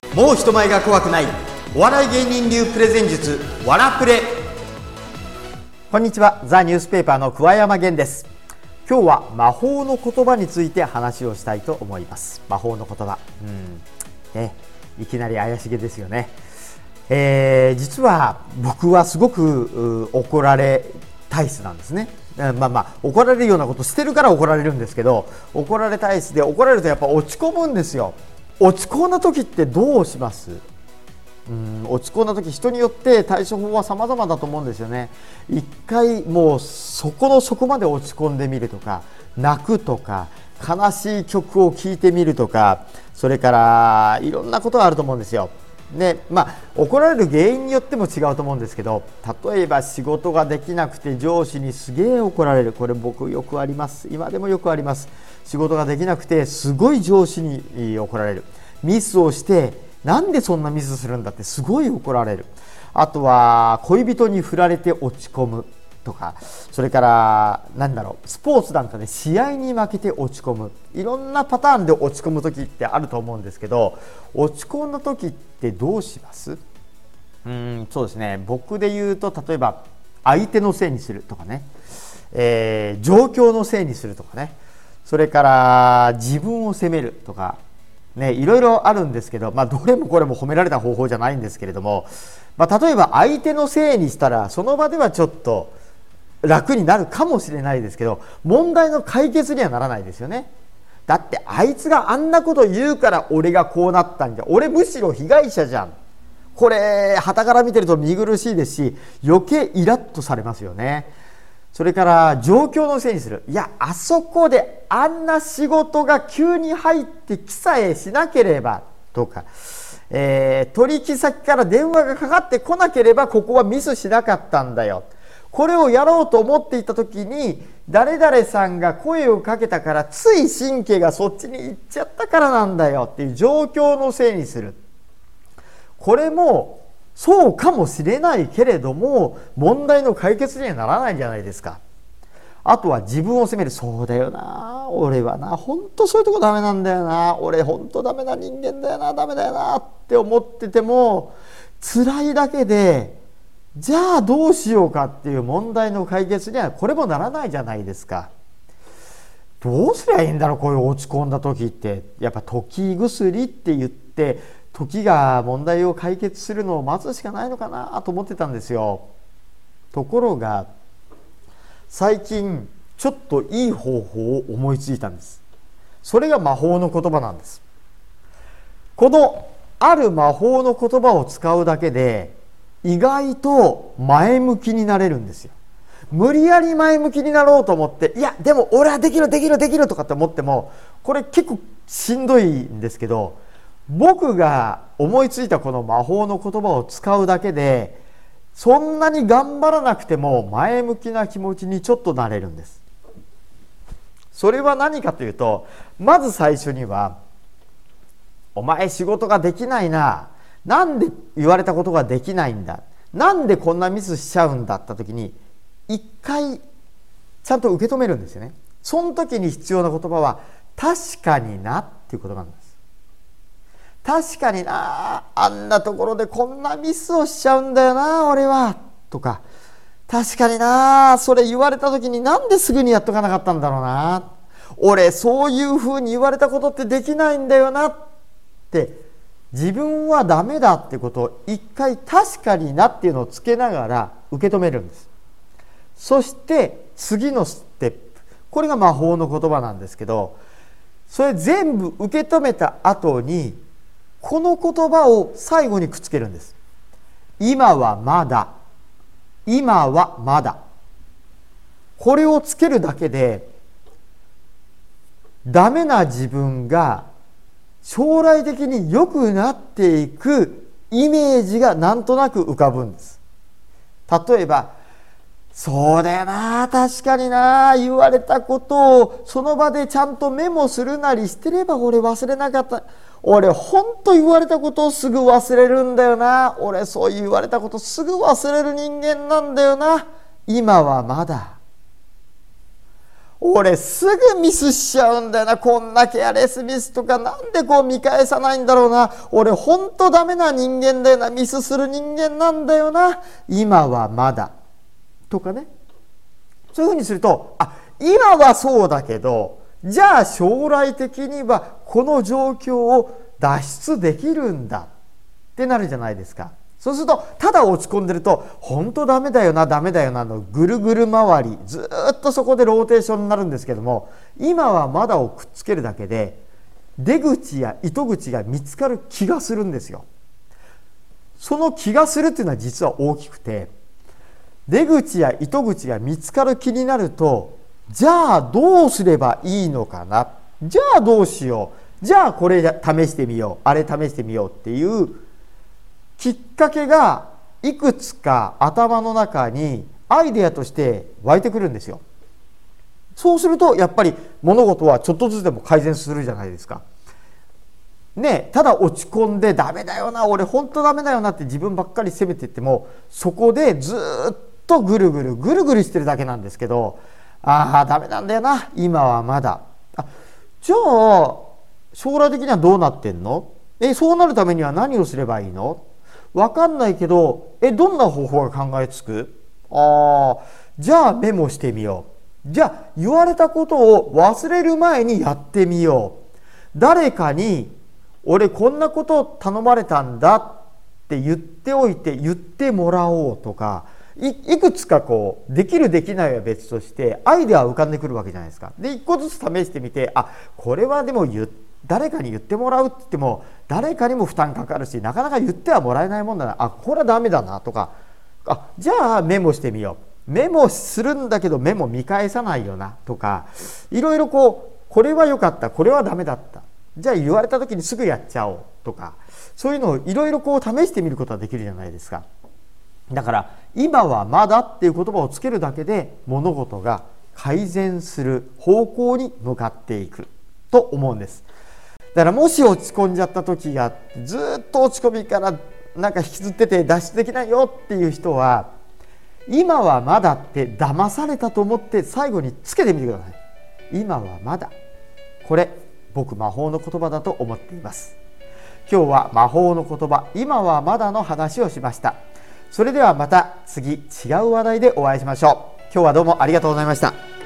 もう人前が怖くないお笑い芸人流プレゼン術わらプレ。こんにちは、ザ・ニュースペーパーの桑山源です。今日は魔法の言葉について話をしたいと思います。魔法の言葉、いきなり怪しげですよね。実は僕はすごく怒られ体質なんですね。怒られるようなことしてるから怒られるんですけど、怒られ体質で怒られるとやっぱ落ち込むんですよ。落ち込んだ時ってどうします？落ち込んだ時、人によって対処法は様々だと思うんですよね。一回もうそこまで落ち込んでみるとか、泣くとか、悲しい曲を聴いてみるとか、それからいろんなことがあると思うんですよ。で、怒られる原因によっても違うと思うんですけど、例えば仕事ができなくて上司にすげえ怒られる。これ僕よくあります。今でもよくあります。仕事ができなくてすごい上司に怒られる。ミスをしてなんでそんなミスするんだってすごい怒られる。あとは恋人に振られて落ち込むとか、それからスポーツなんかで試合に負けて落ち込む。いろんなパターンで落ち込む時ってあると思うんですけど、落ち込んだ時ってどうします？そうですね、僕で言うと、例えば相手のせいにするとかね、状況のせいにするとかね、それから自分を責めるとかね、いろいろあるんですけど、どれもこれも褒められた方法じゃないんですけれども、例えば相手のせいにしたらその場ではちょっと楽になるかもしれないですけど、問題の解決にはならないですよね。だってあいつがあんなこと言うから俺がこうなったんじゃ、俺むしろ被害者じゃん。これ傍から見てると見苦しいですし、余計イラッとされますよね。それから状況のせいにする。いや、あそこであんな仕事が急に入ってきさえしなければとか、取引先から電話がかかってこなければここはミスしなかったんだよ。これをやろうと思っていた時に誰々さんが声をかけたからつい神経がそっちに行っちゃったからなんだよっていう状況のせいにする。これもそうかもしれないけれども問題の解決にはならないじゃないですか。あとは自分を責める。そうだよな、俺はな本当そういうとこダメなんだよな、俺本当ダメな人間だよな、ダメだよなって思ってても辛いだけで、じゃあどうしようかっていう問題の解決にはこれもならないじゃないですか。どうすりゃいいんだろう、こういう落ち込んだ時って。やっぱ時薬って言って、時が問題を解決するのを待つしかないのかなと思ってたんですよ。ところが最近ちょっといい方法を思いついたんです。それが魔法の言葉なんです。このある魔法の言葉を使うだけで意外と前向きになれるんですよ。無理やり前向きになろうと思って、いやでも俺はできるとかって思っても、これ結構しんどいんですけど、僕が思いついたこの魔法の言葉を使うだけでそんなに頑張らなくても前向きな気持ちにちょっとなれるんです。それは何かというと、まず最初には、お前仕事ができないな、なんで言われたことができないんだ、なんでこんなミスしちゃうんだった時に一回ちゃんと受け止めるんですよね。その時に必要な言葉は確かになっていう言葉なんです。確かにな、あんなところでこんなミスをしちゃうんだよな俺はとか、確かにな、それ言われた時になんですぐにやっとかなかったんだろうな、俺そういうふうに言われたことってできないんだよなって、自分はダメだってことを一回確かになっていうのをつけながら受け止めるんです。そして次のステップ、これが魔法の言葉なんですけど、それ全部受け止めた後にこの言葉を最後にくっつけるんです。今はまだ、今はまだ。これをつけるだけでダメな自分が将来的に良くなっていくイメージがなんとなく浮かぶんです。例えば、そうだよな、確かにな、言われたことをその場でちゃんとメモするなりしてれば俺忘れなかった。俺ほんと言われたことをすぐ忘れるんだよな、俺そういう言われたことすぐ忘れる人間なんだよな、今はまだ。 俺すぐミスしちゃうんだよな。こんなケアレスミスとかなんでこう見返さないんだろうな。俺ほんとダメな人間だよな。ミスする人間なんだよな。今はまだ。とかね。そういうふうにすると、今はそうだけど、じゃあ将来的にはこの状況を脱出できるんだってなるじゃないですか。そうするとただ落ち込んでると本当ダメだよなダメだよなのぐるぐる回り、ずっとそこでローテーションになるんですけども、今はまだをくっつけるだけで出口や糸口が見つかる気がするんですよ。その気がするっていうのは実は大きくて、出口や糸口が見つかる気になると、じゃあどうすればいいのかな、じゃあどうしよう、じゃあこれ試してみよう、あれ試してみようっていうきっかけがいくつか頭の中にアイデアとして湧いてくるんですよ。そうするとやっぱり物事はちょっとずつでも改善するじゃないですか。ね、ただ落ち込んでダメだよな、俺本当ダメだよなって自分ばっかり責めていっても、そこでずっとぐるぐるしてるだけなんですけど、ダメなんだよな、今はまだ。じゃあ将来的にはどうなってんの？そうなるためには何をすればいいの？分かんないけど、どんな方法が考えつく？じゃあメモしてみよう。じゃあ言われたことを忘れる前にやってみよう。誰かに俺こんなことを頼まれたんだって言っておいて言ってもらおうとか、いくつかこうできるできないは別としてアイデアは浮かんでくるわけじゃないですか。で一個ずつ試してみて、これはでも誰かに言ってもらうって言っても誰かにも負担かかるし、なかなか言ってはもらえないもんだな、これはダメだなとか、じゃあメモしてみよう、メモするんだけどメモ見返さないよなとか、いろいろこれは良かった、これはダメだった、じゃあ言われた時にすぐやっちゃおうとか、そういうのをいろいろ試してみることができるじゃないですか。だから今はまだっていう言葉をつけるだけで物事が改善する方向に向かっていくと思うんです。だからもし落ち込んじゃった時がずっと落ち込みからなんか引きずってて脱出できないよっていう人は、今はまだって騙されたと思って最後につけてみてください。今はまだ。これ僕魔法の言葉だと思っています。今日は魔法の言葉今はまだの話をしました。それではまた次違う話題でお会いしましょう。今日はどうもありがとうございました。